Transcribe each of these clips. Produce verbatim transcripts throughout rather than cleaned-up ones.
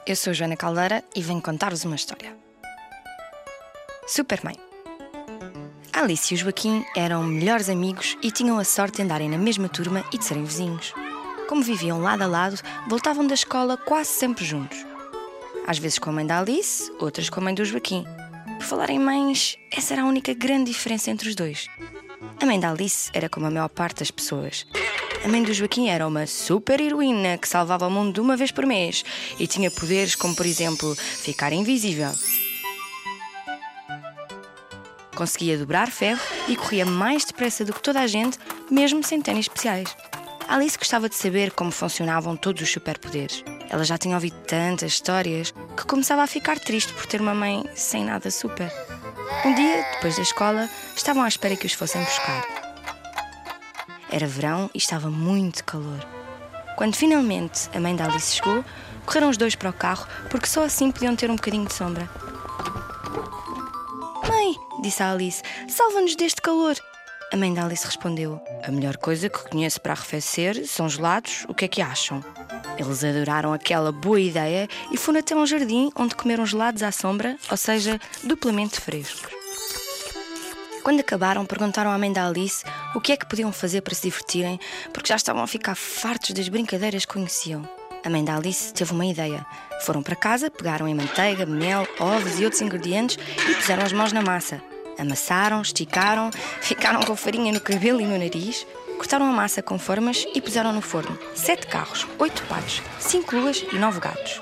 eu sou a Joana Caldeira e venho contar-vos uma história. Supermãe. Alice e o Joaquim eram melhores amigos e tinham a sorte de andarem na mesma turma e de serem vizinhos. Como viviam lado a lado, voltavam da escola quase sempre juntos. Às vezes com a mãe da Alice, outras com a mãe do Joaquim. Por falar em mães, essa era a única grande diferença entre os dois. A mãe da Alice era como a maior parte das pessoas. A mãe do Joaquim era uma super heroína que salvava o mundo de uma vez por mês e tinha poderes como, por exemplo, ficar invisível. Conseguia dobrar ferro e corria mais depressa do que toda a gente, mesmo sem ténis especiais. A Alice gostava de saber como funcionavam todos os superpoderes. Ela já tinha ouvido tantas histórias que começava a ficar triste por ter uma mãe sem nada super. Um dia, depois da escola, estavam à espera que os fossem buscar. Era verão e estava muito calor. Quando finalmente a mãe da Alice chegou, correram os dois para o carro porque só assim podiam ter um bocadinho de sombra. "Mãe", disse a Alice, "salva-nos deste calor." A mãe da Alice respondeu: "A melhor coisa que conheço para arrefecer são gelados, o que é que acham?" Eles adoraram aquela boa ideia e foram até um jardim onde comeram gelados à sombra, ou seja, duplamente frescos. Quando acabaram, perguntaram à mãe da Alice o que é que podiam fazer para se divertirem, porque já estavam a ficar fartos das brincadeiras que conheciam. A mãe da Alice teve uma ideia. Foram para casa, pegaram em manteiga, mel, ovos e outros ingredientes e puseram as mãos na massa. Amassaram, esticaram, ficaram com farinha no cabelo e no nariz, cortaram a massa com formas e puseram no forno. Sete carros, oito patos, cinco luas e nove gatos.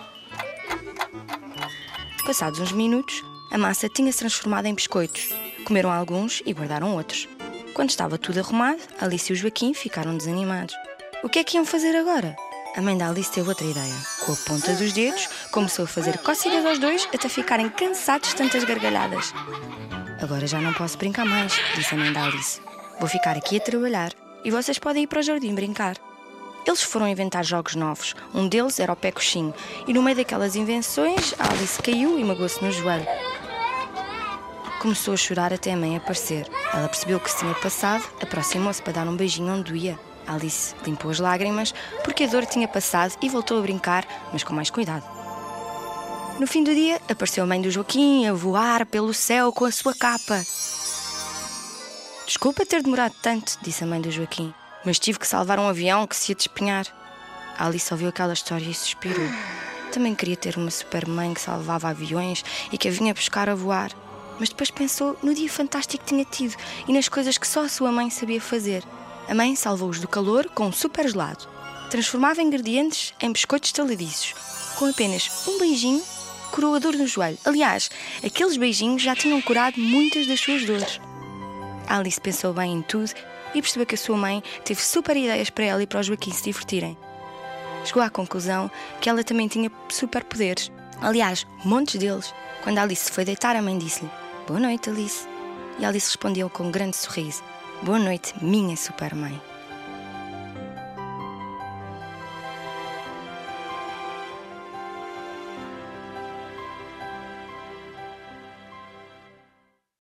Passados uns minutos, a massa tinha-se transformado em biscoitos. Comeram alguns e guardaram outros. Quando estava tudo arrumado, Alice e o Joaquim ficaram desanimados. O que é que iam fazer agora? A mãe da Alice teve outra ideia. Com a ponta dos dedos, começou a fazer cócegas aos dois até ficarem cansados de tantas gargalhadas. "Agora já não posso brincar mais", disse a mãe da Alice. "Vou ficar aqui a trabalhar e vocês podem ir para o jardim brincar." Eles foram inventar jogos novos. Um deles era o pé coxinho e no meio daquelas invenções, a Alice caiu e magoou-se no joelho. Começou a chorar até a mãe aparecer. Ela percebeu o que se tinha passado, aproximou-se para dar um beijinho onde doía. Alice limpou as lágrimas porque a dor tinha passado e voltou a brincar, mas com mais cuidado. No fim do dia, apareceu a mãe do Joaquim a voar pelo céu com a sua capa. "Desculpa ter demorado tanto", disse a mãe do Joaquim, "mas tive que salvar um avião que se ia despenhar." A Alice ouviu aquela história e suspirou. Também queria ter uma super mãe que salvava aviões e que a vinha buscar a voar. Mas depois pensou no dia fantástico que tinha tido e nas coisas que só a sua mãe sabia fazer. A mãe salvou-os do calor com um super gelado. Transformava ingredientes em biscoitos taladiços. Com apenas um beijinho, curou a dor no joelho. Aliás, aqueles beijinhos já tinham curado muitas das suas dores. A Alice pensou bem em tudo e percebeu que a sua mãe teve super ideias para ela e para o Joaquim se divertirem. Chegou à conclusão que ela também tinha superpoderes. Aliás, montes deles. Quando a Alice se foi deitar, a mãe disse-lhe: "Boa noite, Alice." E a Alice respondeu com um grande sorriso: "Boa noite, minha super mãe."